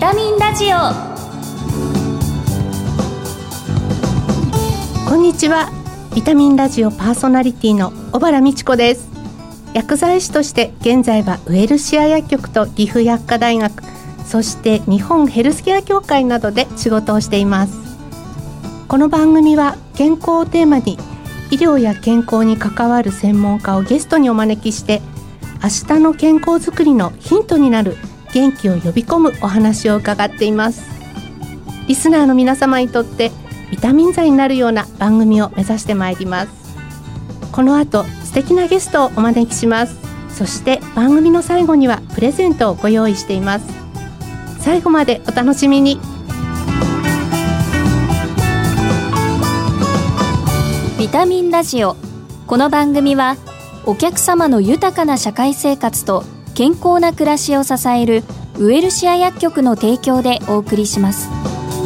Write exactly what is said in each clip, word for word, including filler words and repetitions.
タミンラジオ。 こんにちは。ビタミンラジオパーソナリティの小原美智子です。薬剤師として現在はウエルシア薬局と岐阜薬科大学、そして日本ヘルスケア協会などで仕事をしています。この番組は健康をテーマに医療や健康に関わる専門家をゲストにお招きして、明日の健康づくりのヒントになる元気を呼び込むお話を伺っています。リスナーの皆様にとってビタミン剤になるような番組を目指してまいります。この後素敵なゲストをお招きします。そして番組の最後にはプレゼントをご用意しています。最後までお楽しみに。 ビタミンラジオ。この番組はお客様の豊かな社会生活と健康な暮らしを支えるウエルシア薬局の提供でお送りします。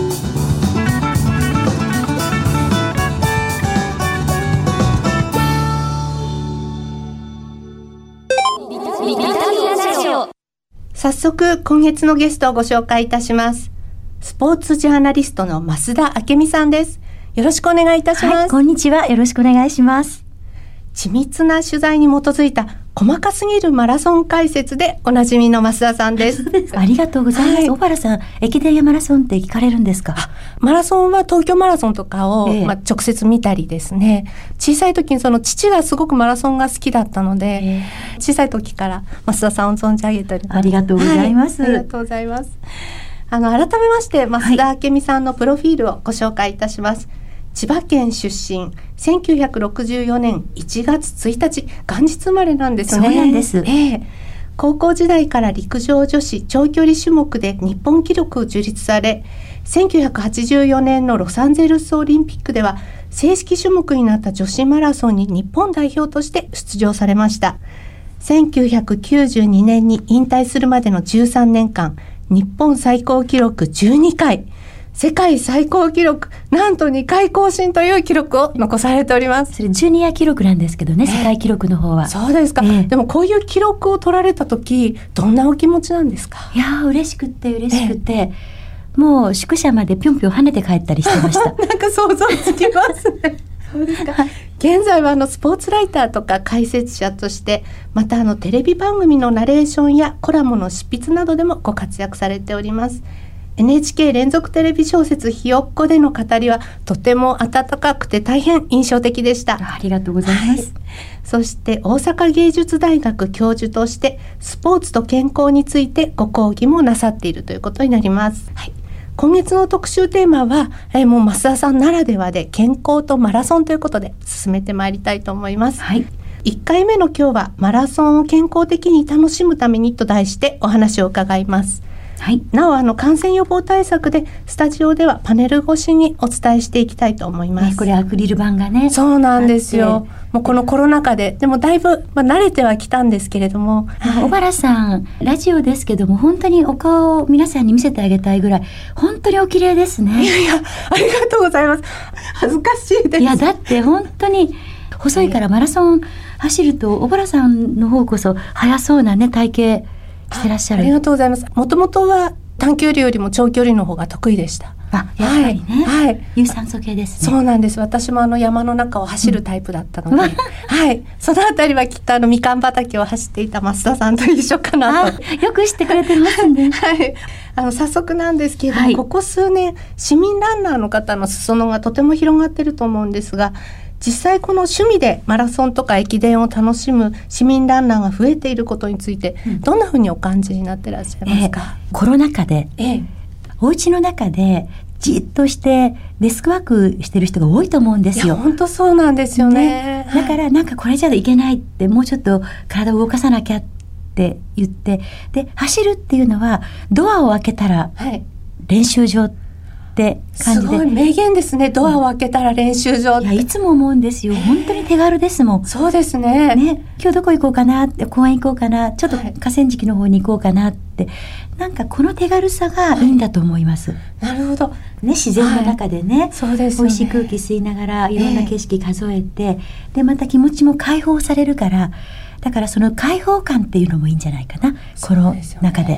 早速今月のゲストをご紹介いたします。スポーツジャーナリストの増田明美さんです。よろしくお願いいたします。 はい、こんにちは。よろしくお願いします。 緻密な取材に基づいた細かすぎるマラソン解説でおなじみの増田さんです。 ありがとうございます。はい、小原さん、駅伝やマラソンって聞かれるんですか？ マラソンは東京マラソンとかを、 ええまあ、直接見たりですね。小さい時にその父がすごくマラソンが好きだったので、ええ、小さい時から増田さんを存じ上げております。 ありがとうございます。 はい、ありがとうございます。あの改めまして増田明美さんのプロフィールをご紹介いたします。はい、千葉県出身、せんきゅうひゃくろくじゅうよねんいちがつついたち、元日生まれなんですね。 そうなんです。 ええ、高校時代から陸上女子長距離種目で日本記録を樹立され、せんきゅうひゃくはちじゅうよねんのロサンゼルスオリンピックでは正式種目になった女子マラソンに日本代表として出場されました。せんきゅうひゃくきゅうじゅうにねんに引退するまでのじゅうさんねんかん、日本最高記録じゅうにかい、世界最高記録なんとにかい更新という記録を残されております。 それジュニア記録なんですけどね、えー、世界記録の方は。 そうですか、えー、でもこういう記録を取られた時どんなお気持ちなんですか？ いやー、嬉しくって嬉しくて、えー、もう宿舎までぴょんぴょん跳ねて帰ったりしてました。 なんか想像つきますね。そうですか。現在はあのスポーツライターとか解説者として、またあのテレビ番組のナレーションやコラムの執筆などでもご活躍されております。エヌエイチケー 連続テレビ小説ひよっこでの語りはとても温かくて大変印象的でした。 ありがとうございます。はい、 そして大阪芸術大学教授としてスポーツと健康についてご講義もなさっているということになります。はい、今月の特集テーマは、えー、もう増田さんならではで健康とマラソンということで進めてまいりたいと思います。はい、いっかいめの今日はマラソンを健康的に楽しむためにと題してお話を伺います。はい、なおあの感染予防対策でスタジオではパネル越しにお伝えしていきたいと思います。 ね、これアクリル板がね。 そうなんですよ。もうこのコロナ禍ででもだいぶ、まあ、慣れてはきたんですけれども、 はい、小原さんラジオですけども本当にお顔を皆さんに見せてあげたいぐらい本当にお綺麗ですね。 いやいや、ありがとうございます。恥ずかしいです。 いやだって本当に細いからマラソン走ると小原さんの方こそ速そうなね体型してらっしゃる。 ありがとうございます。もともとは短距離よりも長距離の方が得意でした。 あ、やっぱりね、 はい、 有酸素系ですね。 そうなんです。私もあの山の中を走るタイプだったので、うん、はい、そのあたりはきっとあのみかん畑を走っていた増田さんと一緒かなと。 よく知ってくれてますね。 はい、あの早速なんですけれども、はい、ここ数年市民ランナーの方の裾野がとても広がっていると思うんですが、実際この趣味でマラソンとか駅伝を楽しむ市民ランナーが増えていることについて、うん、どんなふうにお感じになっていらっしゃいますか？ えー、コロナ禍で、えー、お家の中でじっとしてデスクワークしてる人が多いと思うんですよ。いや本当そうなんですよね。 ね、だからなんかこれじゃいけないってもうちょっと体を動かさなきゃって言ってで走るっていうのはドアを開けたら練習場って感じで、 すごい名言ですね。ドアを開けたら練習場って、 いやいつも思うんですよ。本当に手軽ですもん。 そうです ね, ね今日どこ行こうかなって、公園行こうかな、ちょっと河川敷の方に行こうかなって、はい、なんかこの手軽さがいいんだと思います。はい、 なるほど、 ね、自然の中でね、はい、 そうですよね、 美味しい空気吸いながらいろんな景色数えて、えー、でまた気持ちも解放されるから、だからその解放感っていうのもいいんじゃないかな、この中で。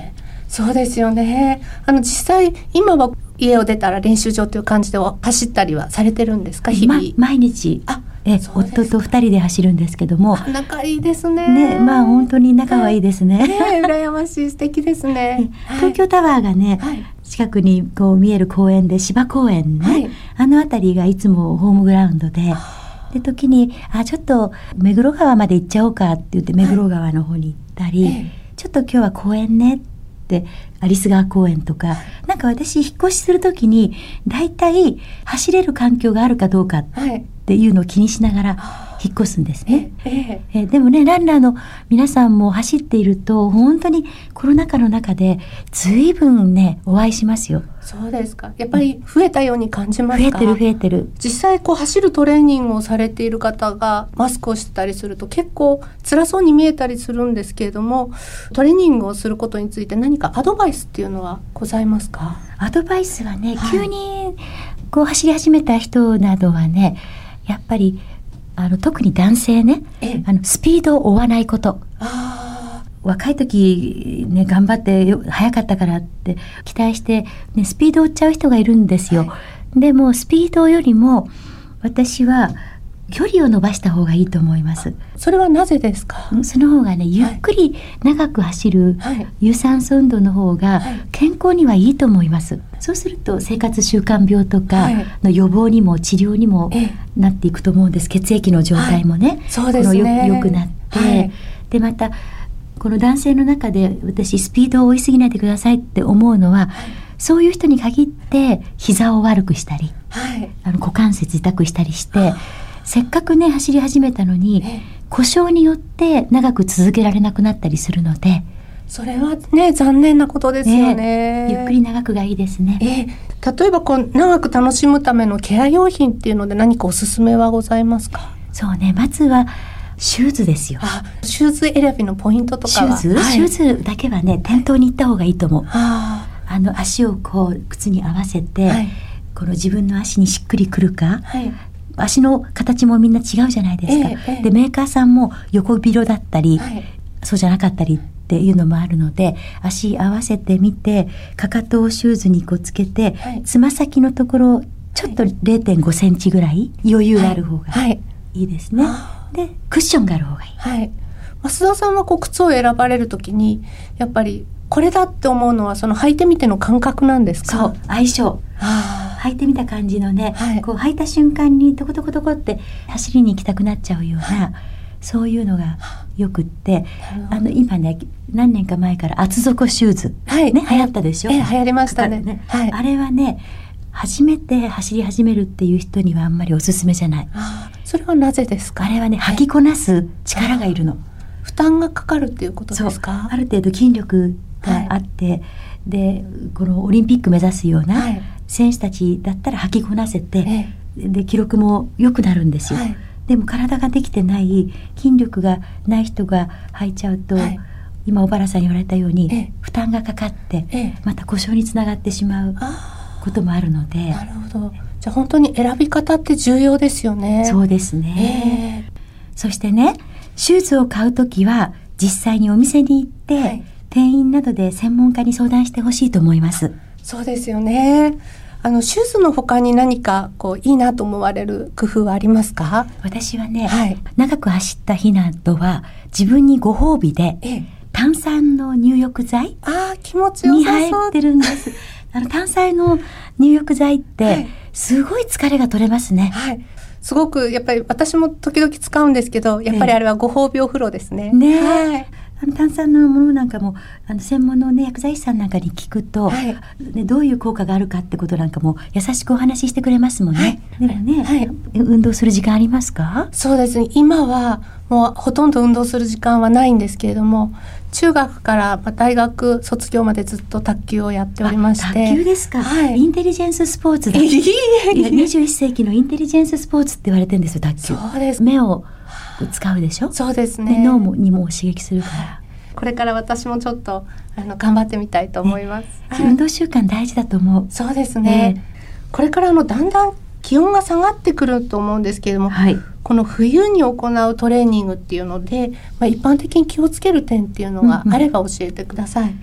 そうですよね。あの実際今は家を出たら練習場という感じで走ったりはされてるんですか、日々。 ま、毎日。あえ夫と二人で走るんですけども、 仲いいですね。 ね、まあ本当に仲はいいですね。 ね、羨ましい、素敵ですね。 東京タワーがね、はい、近くにこう見える公園で芝公園ね、はい、あの辺りがいつもホームグラウンドで、で時にあちょっと目黒川まで行っちゃおうかって言って目黒川の方に行ったり、はい、ちょっと今日は公園ねって有栖川公園とか、なんか私引っ越しするときにだいたい走れる環境があるかどうかっていうのを気にしながら引っ越すんですね。えええでもね、ランナーの皆さんも走っていると本当にコロナ禍の中で随分ねお会いしますよ。 そうですか。やっぱり増えたように感じますか？ 増えてる増えてる。 実際こう走るトレーニングをされている方がマスクをしてたりすると結構辛そうに見えたりするんですけれども、トレーニングをすることについて何かアドバイスっていうのはございますか？ アドバイスはね、 はい、 急にこう走り始めた人などはね、やっぱりあの特に男性ね、あのスピードを追わないこと。あ若い時ね頑張ってよ早かったからって期待して、ね、スピードを追っちゃう人がいるんですよ。はい、でもスピードよりも私は距離を伸ばした方がいいと思います。 それはなぜですか？ その方がね、ゆっくり長く走る有酸素運動の方が健康にはいいと思います。はい、そうすると生活習慣病とかの予防にも治療にもなっていくと思うんです。血液の状態もね、はい、 そうですね、 このよ良くなって、はい、でまたこの男性の中で私スピードを追いすぎないでくださいって思うのは、はい、そういう人に限って膝を悪くしたり、はい、あの股関節痛くしたりして、せっかくね走り始めたのに故障によって長く続けられなくなったりするので、 それはね残念なことですよね。 えー、ゆっくり長くがいいですね。 えー、例えばこう長く楽しむためのケア用品っていうので何かおすすめはございますか？ そうね、まずはシューズですよ。 あ、シューズ選びのポイントとかはシューズ、はい、シューズだけはね店頭に行った方がいいと思う。ああの足をこう靴に合わせて、はい、この自分の足にしっくりくるか、はい、足の形もみんな違うじゃないですか。えーえー、でメーカーさんも横広だったり、はい、そうじゃなかったりっていうのもあるので、足合わせてみてかかとをシューズにこうつけて、はい、つま先のところちょっと れいてんごセンチぐらい余裕がある方がいいですね。はいはい、でクッションがある方がいい。はい、 増田さんはこう靴を選ばれるときにやっぱりこれだって思うのはその履いてみての感覚なんですか？ そう、相性。履いてみた感じのね、はい、こう履いた瞬間にトコトコトコって走りに行きたくなっちゃうような、はい、そういうのがよくって、あの今ね何年か前から厚底シューズ、はい、ね、流行ったでしょ？ えー、流行りましたね。ね、 はい、あれはね初めて走り始めるっていう人にはあんまりおすすめじゃない。 あ、それはなぜですか？ あれはね履きこなす力がいるの。 負担がかかるっていうことですか？ ある程度筋力があって、はい、でこのオリンピック目指すような選手たちだったら履きこなせて、はい、で記録も良くなるんですよ。はい、でも体ができてない筋力がない人が履いちゃうと、はい、今小原さんに言われたように負担がかかってまた故障につながってしまうこともあるので。 なるほど。じゃあ本当に選び方って重要ですよね。 そうですね。えー、そしてねシューズを買うときは実際にお店に行って、はい、店員などで専門家に相談してほしいと思います。 そうですよね。あのシューズの他に何かこういいなと思われる工夫はありますか？ 私はね、はい、長く走った日などは自分にご褒美で、ええ、炭酸の入浴剤あ気持ちよさそうに入ってるんです。あの炭酸の入浴剤ってすごい疲れが取れますね。 はい、すごくやっぱり私も時々使うんですけど、やっぱりあれはご褒美お風呂ですね。 ね、はい、あの炭酸のものなんかもあの専門の、ね、薬剤師さんなんかに聞くと、はい、ね、どういう効果があるかってことなんかも優しくお話ししてくれますもんね。はい、でもね、はい、運動する時間ありますか？ そうですね、今はもうほとんど運動する時間はないんですけれども、中学から大学卒業までずっと卓球をやっておりまして。 卓球ですか？はい、インテリジェンススポーツだ。 いやにじゅういっせいきのインテリジェンススポーツって言われてるんですよ、卓球。 そうです。 目を使うでしょ？ そうですね。 で脳もにも刺激するから。 これから私もちょっとあの頑張ってみたいと思います。 ね、運動習慣大事だと思う。 そうですね。えー、これからあのだんだん気温が下がってくると思うんですけれども、はい、この冬に行うトレーニングっていうので、まあ、一般的に気をつける点っていうのがあれば教えてください。うんうん、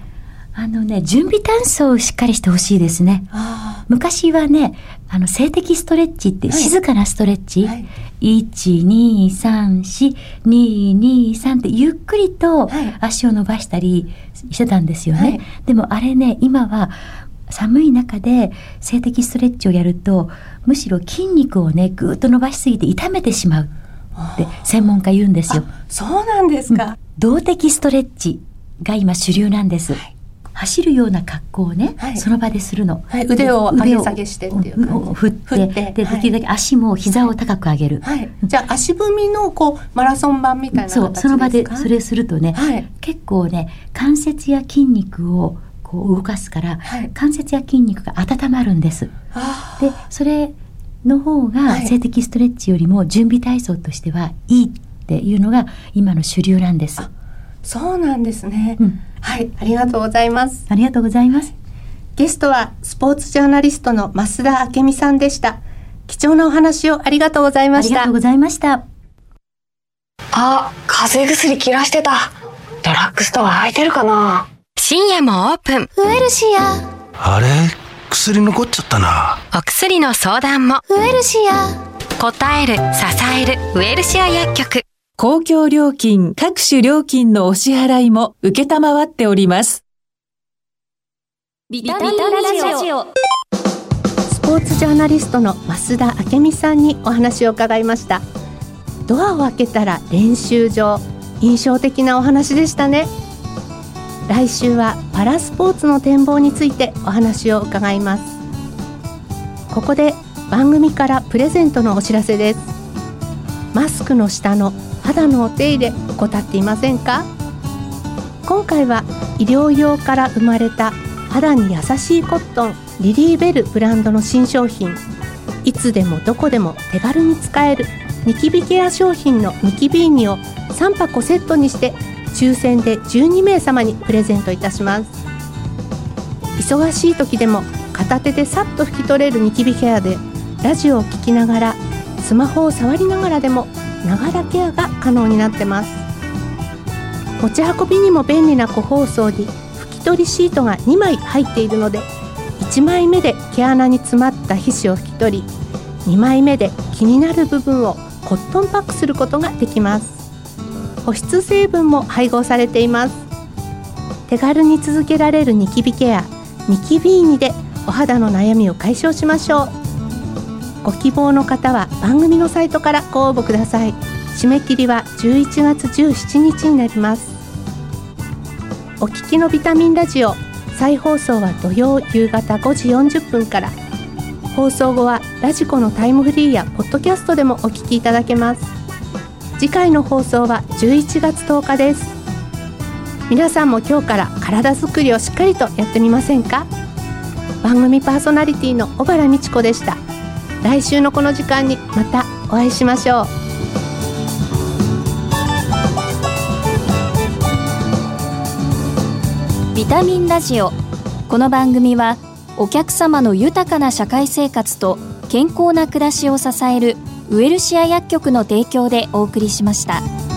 あのね、準備体操をしっかりしてほしいですね。昔はね、あの静的ストレッチって静かなストレッチ、はい、いち、に、さん、し、に、に、さんってゆっくりと足を伸ばしたりしてたんですよね、はい、でもあれね、今は寒い中で静的ストレッチをやるとむしろ筋肉をねぐーっと伸ばしすぎて痛めてしまうって専門家言うんですよ。 そうなんですか、うん、 動的ストレッチが今主流なんです、はい、走るような格好をね、はい、その場でするの、はい、 腕を上げ下げしてっていう感じ、 振って振ってで、はい、できるだけ足も膝を高く上げる、 はい、じゃあ足踏みのこうマラソン版みたいな形ですか？ そう、その場でそれするとね、はい、結構ね関節や筋肉をこう動かすから、はい、関節や筋肉が温まるんです。でそれの方が静的ストレッチよりも準備体操としてはいいっていうのが今の主流なんです。 あ、そうなんですね、うん、はい、ありがとうございます。 ありがとうございます。 ゲストはスポーツジャーナリストの増田明美さんでした。貴重なお話をありがとうございました。 ありがとうございました。 あ、風邪薬切らしてた。ドラッグストア空いてるかな。 深夜もオープン。 ウエルシア。 あれ、薬残っちゃったな。 お薬の相談もウエルシア。 答える、支えるウエルシア薬局。 公共料金、各種料金のお支払いも受けたまわっております。 ビタミンラジオ。 スポーツジャーナリストの増田明美さんにお話を伺いました。ドアを開けたら練習場、印象的なお話でしたね。来週はパラスポーツの展望についてお話を伺います。ここで番組からプレゼントのお知らせです。マスクの下の肌のお手入れ怠っていませんか？今回は医療用から生まれた肌に優しいコットンリリーベルブランドの新商品、いつでもどこでも手軽に使えるニキビケア商品のニキビーニをさんぱこセットにして抽選でじゅうにめいさまにプレゼントいたします。忙しい時でも片手でさっと拭き取れるニキビケアで、ラジオを聞きながらスマホを触りながらでもながらケアが可能になってます。持ち運びにも便利な個包装に拭き取りシートがにまい入っているので、いちまいめで毛穴に詰まった皮脂を拭き取り、にまいめで気になる部分をコットンパックすることができます。保湿成分も配合されています。手軽に続けられるニキビケア、ニキビーニでお肌の悩みを解消しましょう。ご希望の方は番組のサイトからご応募ください。締め切りはじゅういちがつじゅうしちにちになります。お聞きのビタミンラジオ、再放送は土曜夕方ごじよんじゅっぷんから。放送後はラジコのタイムフリーやポッドキャストでもお聞きいただけます。次回の放送はじゅういちがつとおかです。皆さんも今日から体づくりをしっかりとやってみませんか？番組パーソナリティの小原美智子でした。来週のこの時間にまたお会いしましょう。 ビタミンラジオ。この番組はお客様の豊かな社会生活と健康な暮らしを支えるウエルシア薬局の提供でお送りしました。